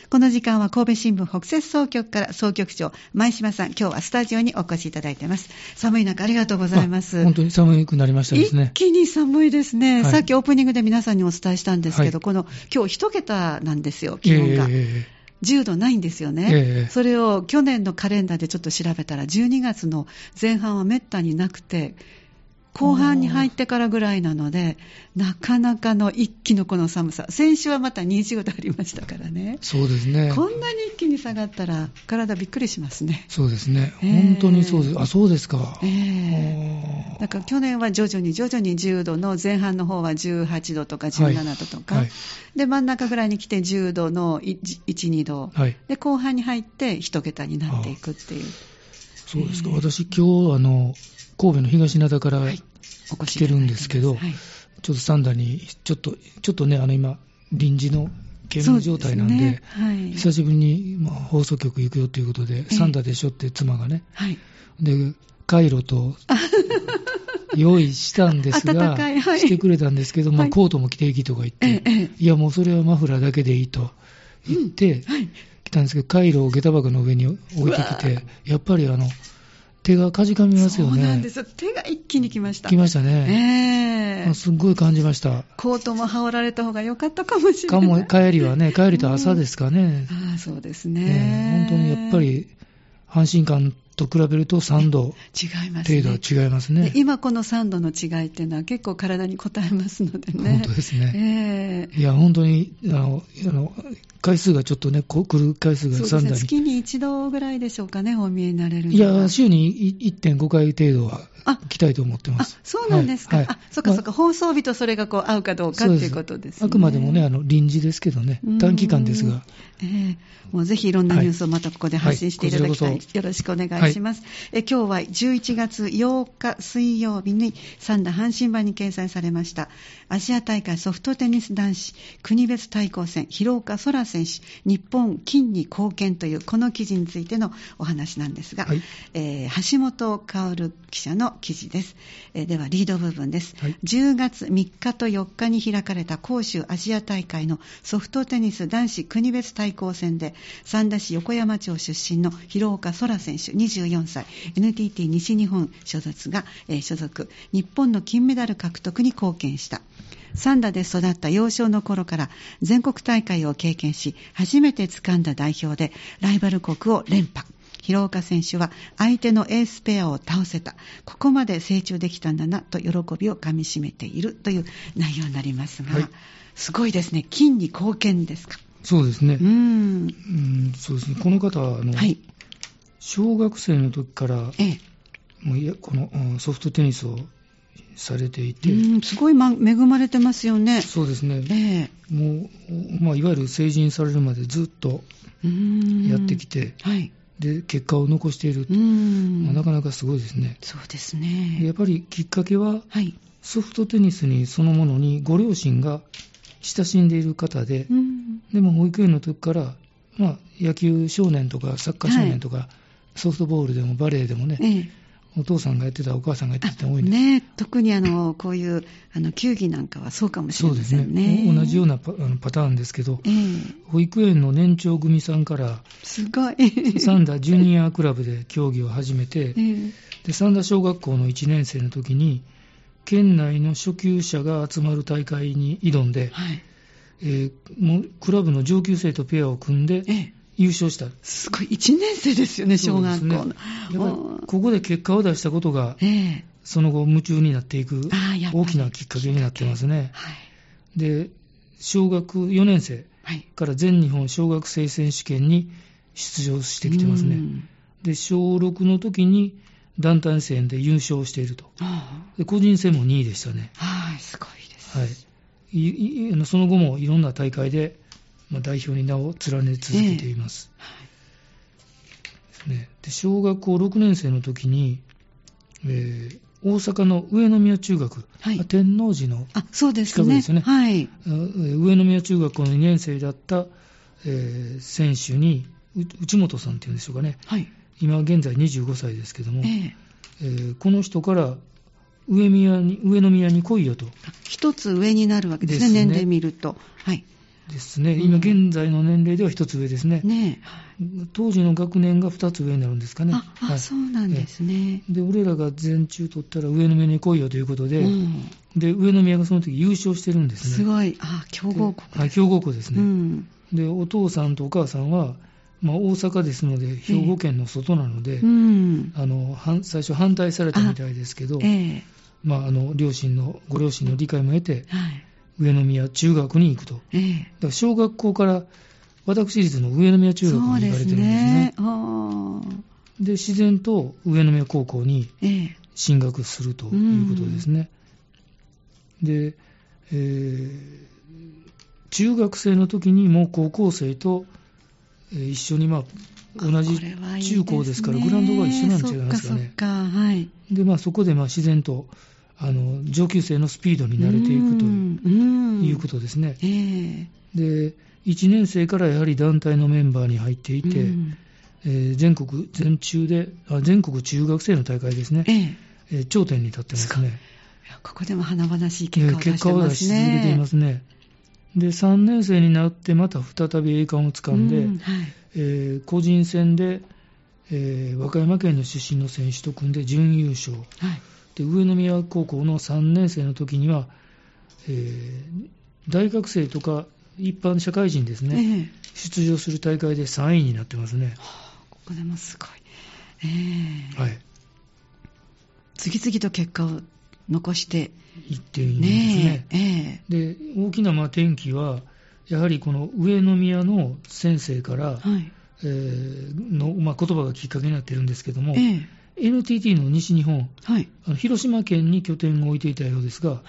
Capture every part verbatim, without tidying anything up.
この時間は神戸新聞北摂総局から総局長前島さん、今日はスタジオにお越しいただいています。寒い中ありがとうございます。 本当に寒くなりましたですね。 一気に寒いですね、 はい、 さっきオープニングで皆さんにお伝えしたんですけど、はい、この今日一桁なんですよ、気温が、えーじゅうどないんですよね、えー、それを去年のカレンダーでちょっと調べたらじゅうにがつの前半はめったになくて、後半に入ってからぐらいなので、なかなかの一気のこの寒さ、先週はまたにじゅうどありましたからね。 そうですね。 こんなに一気に下がったら体びっくりしますね。 そうですね、えー、本当にそうです。あ、そうですか。 えー、だから去年は徐々に徐々にじゅうどの前半の方はじゅうはちどとかじゅうななどとか、はいはい、で真ん中ぐらいに来てじゅうどのいち、にど、はい、で後半に入って一桁になっていくっていう。 そうですか。えー、私今日あの神戸の東灘から来てるんですけど、はいはい、ちょっと三田にちょっとちょっとね、あの今臨時の勤務状態なん で, で、ね、はい、久しぶりに、まあ、放送局行くよということで、三田でしょって妻がね、はい、でカイロと用意したんですが、はい、してくれたんですけど、まあ、コートも着ていきとか言って、はい、いやもうそれはマフラーだけでいいと言って、うん、はい、来たんですけど、カイロを下駄箱の上に置いてきて、やっぱりあの手がかじかみますよね。 そうなんですよ。手が一気にきました。 きましたね。えー、すっごい感じました。 コートも羽織られた方が良かったかもしれない。 かも帰りはね、帰りと朝ですかね。 ああ、そうですね。 えー、本当にやっぱり阪神間と比べるとさんど違いますね。 程度は違いますね。 今このさんどの違いっていうのは結構体に応えますのでね。 本当ですね。 えー、 いや本当にあのあの回数がちょっとね、こ来る回数がさんだいに、ね、 月に一度ぐらいでしょうかね、お見えになれるのは。 いや週に いってんごかい程度は来たいと思ってます。 あ、そうなんですか。はいはい、あ、そっかそっか、まあ、放送日とそれがこう合うかどうかっていうことですね。 あくまでもね、あの臨時ですけどね、短期間ですが、 えー、もうぜひいろんなニュースをまたここで発信していただきたい、はいはい、よろしくお願いします。はい、え今日はじゅういちがつようか水曜日に三田阪神版に掲載されましたアジア大会ソフトテニス男子国別対抗戦、廣岡空選手日本金に貢献というこの記事についてのお話なんですが、はい、えー、橋本薫記者の記事です。えー、ではリード部分です。はい、じゅうがつみっかとよっかに開かれた広州アジア大会のソフトテニス男子国別対抗戦で三田市横山町出身の廣岡空選手にじゅうよんさい エヌティーティー 西日本所属が、えー、所属日本の金メダル獲得に貢献した。三田で育った幼少の頃から全国大会を経験し、初めて掴んだ代表でライバル国を連覇。廣岡選手は相手のエースペアを倒せた、ここまで成長できたんだなと喜びをかみしめているという内容になりますが、はい、すごいですね。金に貢献ですか。 そうですね。 うん、うん、 そうですね。この方はあの、はい、小学生の時から、ええ、もういやこのソフトテニスをされていて、 うん、すごい、ま、恵まれてますよね。 そうですね、 ええ、 もう、まあ、いわゆる成人されるまでずっとやってきて、はい、で結果を残している、うん、まあ、なかなかすごいですね。 そうですね。 やっぱりきっかけは、はい、ソフトテニスにそのものにご両親が親しんでいる方で、うん、でも保育園の時から、まあ、野球少年とかサッカー少年とか、はい、ソフトボールでもバレーでもね、ええ、お父さんがやってたお母さんがやってた多いんです、 ね、特にあのこういうあの球技なんかはそうかもしれませんね。 そうですね、同じような パ, あのパターンですけど、えー、保育園の年長組さんからすごい三田ジュニアクラブで競技を始めて、えー、で三田小学校のいちねん生の時に県内の初級者が集まる大会に挑んで、はい、えー、もうクラブの上級生とペアを組んで、えー優勝した。 すごい、いちねん生ですよね、小学校の。ね、 やっぱりここで結果を出したことが、えー、その後夢中になっていく大きなきっかけになってますね。はい、で、小学よねん生から全日本小学生選手権に出場してきてますね。で、小ろくの時に団体戦で優勝していると。で、個人戦もにいでしたね。 はい、すごいです。 はい。いいその後もいろんな大会でまあ、代表に名を連ね続けています、えーはい、ね、で小学校ろくねん生の時に、えー、大阪の上宮中学、はい、天王寺の近くですよね、 そうですね、はい、 上宮中学校のにねん生だった、えー、選手に内本さんっていうんでしょうかね、はい、今現在にじゅうごさいですけども、えーえー、この人から上宮に上宮に来いよと。 一つ上になるわけですね、ですね、年齢見ると、はい、 ですね、今現在の年齢ではひとつ上ですね。 ね、 当時の学年がふたつ上になるんですかね。 ああ、はい、そうなんですね。 で俺らが全中取ったら上宮に来いよということで、 うん、 で上宮がその時優勝してるんですね。 すごい、あ、強豪国です。 はい、強豪国ですね。 うん、でお父さんとお母さんは、まあ、大阪ですので兵庫県の外なので、えーうん、あの最初反対されたみたいですけど、えーまあ、あの両親のご両親の理解も得て、はい、上宮中学に行くと、えー、だから小学校から私立の上宮中学に行かれてるんですね。そうですね。あで自然と上宮高校に進学するということですね。えー、で、えー、中学生の時にもう高校生と、えー、一緒に、まあ、同じ中高ですからグラウンドが一緒なん違いますかね。そっかそっか、はい、で、まあ、そこでまあ自然とあの上級生のスピードに慣れていくということですね。えー、でいちねん生からやはり団体のメンバーに入っていて、えー、全国全中であ全国中学生の大会ですね、えーえー、頂点に立ってますね。 いやここでも華々しい結果を出してますね。結果を出し続けていますね。でさんねん生になってまた再び栄冠をつかんで、うん、はい、えー、個人戦で、えー、和歌山県の出身の選手と組んで準優勝、はい、で上宮高校のさんねん生の時には、えー、大学生とか一般社会人ですね、えー、出場する大会でさんいになってますね。 はあ、ここでもすごい、えーはい、次々と結果を残していっているんですね。ねえー、で大きなまあ転機はやはりこの上宮の先生から、はい、えー、のまあ、言葉がきっかけになっているんですけども、えー、エヌティーティー の西日本、はい、あの広島県に拠点を置いていたようですが、はい、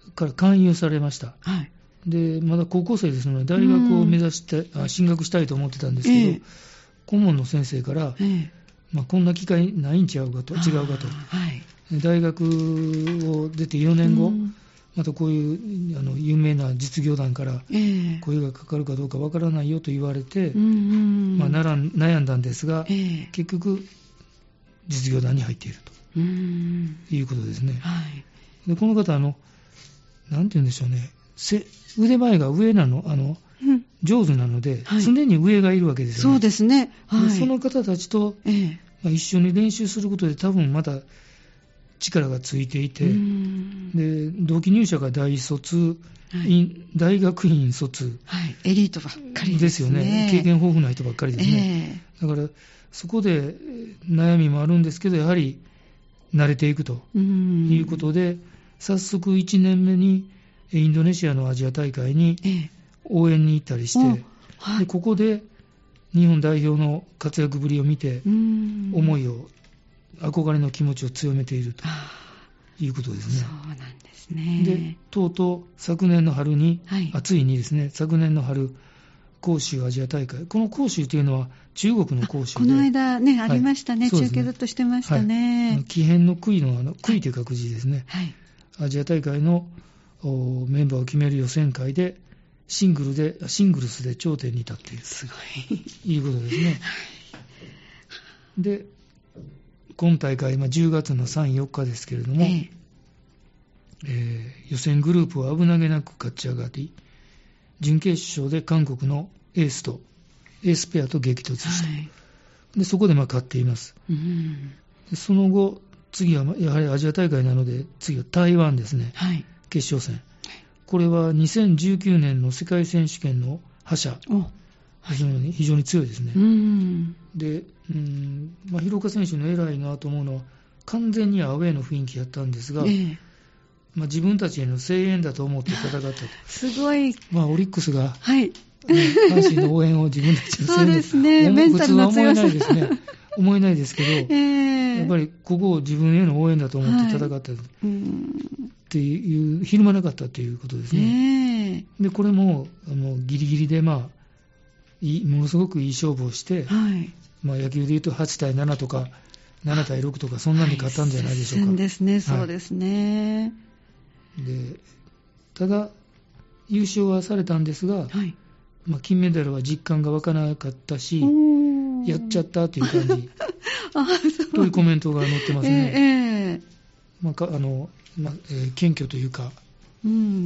から勧誘されました。はい、でまだ高校生ですので大学を目指してあ進学したいと思ってたんですけど、えー、顧問の先生から、えーまあ、こんな機会ないんちゃうかと違うかと、はい、大学を出てよねんご、またこういうあの有名な実業団から声がかかるかどうかわからないよと言われて、えーまあ、悩んだんですが、えー、結局実業団に入っているということですね。はい、でこの方あのなんて言うんでしょうね、腕前が上なの、あの、うん、上手なので、はい、常に上がいるわけですよね。 そうですね。はい、 でその方たちと、ええまあ、一緒に練習することで多分また力がついていて、で同期入社が大卒、はい、大学院卒、 はい、エリートばっかりですよね。経験豊富な人ばっかりですね。えー、だからそこで悩みもあるんですけど、やはり慣れていくということで、早速いちねんめにインドネシアのアジア大会に応援に行ったりして、えーはい、でここで日本代表の活躍ぶりを見て思いを憧れの気持ちを強めているということですね。 そうなんですね。 でとうとう昨年の春に、はい、あついにですね昨年の春広州アジア大会、この広州というのは中国の広州で、 この間ね、はい、ありましたね、中継ずっとしてましたね。 はい、木偏の杭のあの杭という書く字ですね、はい、アジア大会のメンバーを決める予選会でシングルでシングルスで頂点に立っているすごいいうことですね。はい、で今大会、まあ、じゅうがつのさん、よっかですけれども、えええー、予選グループを危なげなく勝ち上がり、準決勝で韓国のエースとエースペアと激突した、はい、でそこでまあ勝っています。うん、でその後次はやはりアジア大会なので次は台湾ですね、はい、決勝戦。これはにせんじゅうきゅうねんの世界選手権の覇者、非常に、非常に強いですね。うんでうんまあ、廣岡選手の偉いなと思うのは完全にアウェーの雰囲気やったんですが、ええまあ、自分たちへの声援だと思って戦ったとすごい、 まあ、オリックスが、 はい阪神の応援を自分たちの声援そうですね、メンタルの強さ普通は思えないですね思えないですけど、えー、やっぱりここを自分への応援だと思って戦った、はい、っていうひるまなかったということですね。えー、でこれもあのギリギリで、まあ、いものすごくいい勝負をして、はいまあ、野球でいうとはちたいななとかななたいろくとかそんなんで勝ったんじゃないでしょうか。 はい、ですね、そうですね。 はい、でただ優勝はされたんですが、はいまあ、金メダルは実感が湧かなかったし、やっちゃったという感じあそうというコメントが載ってますね。えーえーまあかあのまあえー、謙虚というか、うん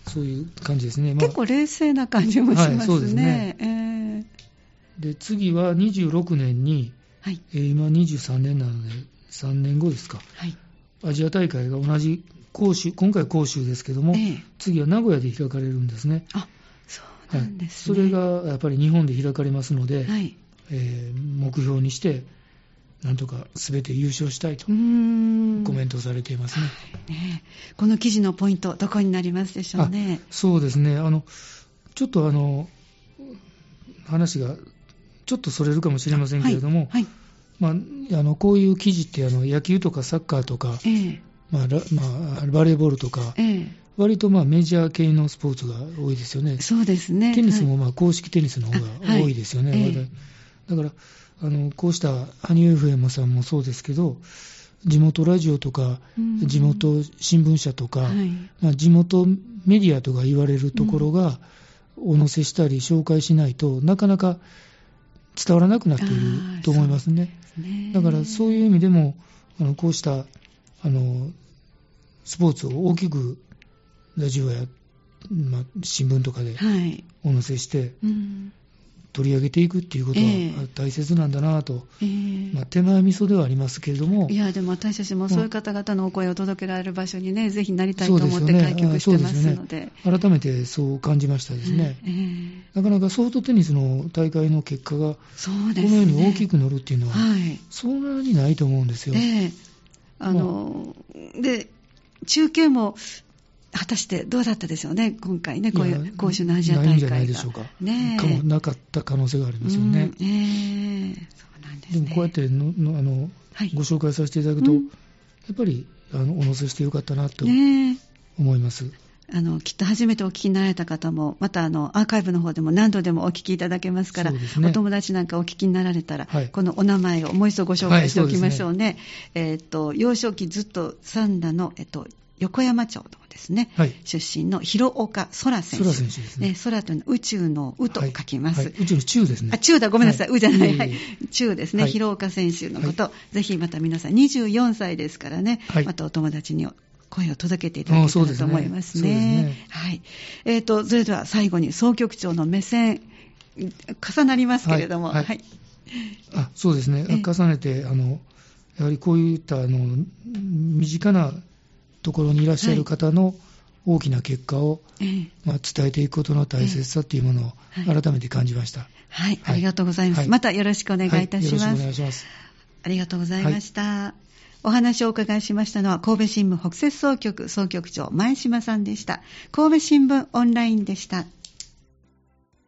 そういう感じですね。 まあ、結構冷静な感じもしますね。はい、そうですね。えー、で次はにじゅうろくねんに、はい、えー、今にじゅうさんねんなのでさんねんごですか、はい、アジア大会が同じ広州、今回広州ですけども、えー、次は名古屋で開かれるんですね。 あ、そうなんですね。 はい、それがやっぱり日本で開かれますので、はい、えー、目標にしてなんとか全て優勝したいとコメントされていますね。 ね、この記事のポイントどこになりますでしょうね。 そうですね、あのちょっとあの話がちょっとそれるかもしれませんけれども、はいはい、まあ、あのこういう記事ってあの野球とかサッカーとか、えーまあまあ、バレーボールとか、えー、割とまあメジャー系のスポーツが多いですよね。 そうですね。 テニスもまあ公式テニスの方が多いですよね。はい、えー、だからあのこうした羽生 エフエム さんもそうですけど、地元ラジオとか、うん、地元新聞社とか、はい、まあ、地元メディアとか言われるところがお載せしたり紹介しないとなかなか伝わらなくなっていると思いますね。だからそういう意味でもあのこうしたあのスポーツを大きくラジオや、まあ、新聞とかでお載せして、はい、うん、取り上げていくっていうことは大切なんだなと、えーまあ、手前味噌ではありますけれども、 いやでも私たちもそういう方々のお声を届けられる場所にね、ぜひなりたいと思って開局してますの で, で、ね、 改めてそう感じましたですね、えー、なかなかソフトテニスの大会の結果がこのように大きく乗るっていうのはそんなにないと思うんですよ、えーあのまあ、で中継も果たしてどうだったでしょうね、今回ね、こういう杭州のアジア大会が。ないんじゃないでしょうか。ね、かもなかった可能性がありますよね。うん、えー、そうなんですね。でもこうやってののあの、はい、ご紹介させていただくと、うん、やっぱりあのお載せしてよかったなと思います。ね、あのきっと初めてお聞きになられた方も、またあのアーカイブの方でも何度でもお聞きいただけますから、ね、お友達なんかお聞きになられたら、はい、このお名前をもう一度ご紹介しておきましょうね。はい、えー、っと幼少期ずっと三田の、えっと横山町のですね、はい、出身の広岡空選手。空選手ですね。空というのは宇宙の宇と書きます。はいはい、宇宙の宙ですね。 あ、宙だ、ごめんなさい。はい、宇じゃない。はい。宙ですね。はい、広岡選手のこと、はい、ぜひまた皆さんにじゅうよんさいですからね、はい、またお友達に声を届けていただけたらと思いますね。そうですね。はい。えっと、それでは最後に総局長の目線、重なりますけれども、はい。はいはい、 あ、そうですね。重ねて、あの、やはりこういったあの身近なところにいらっしゃる方の大きな結果を、はいまあ、伝えていくことの大切さというものを改めて感じました。はい、 はいはい、ありがとうございます、はい。またよろしくお願いいたします。はい、よろしくお願いします。ありがとうございました。はい、お話をお伺いしましたのは神戸新聞北摂総局総局長前島さんでした。神戸新聞オンラインでした。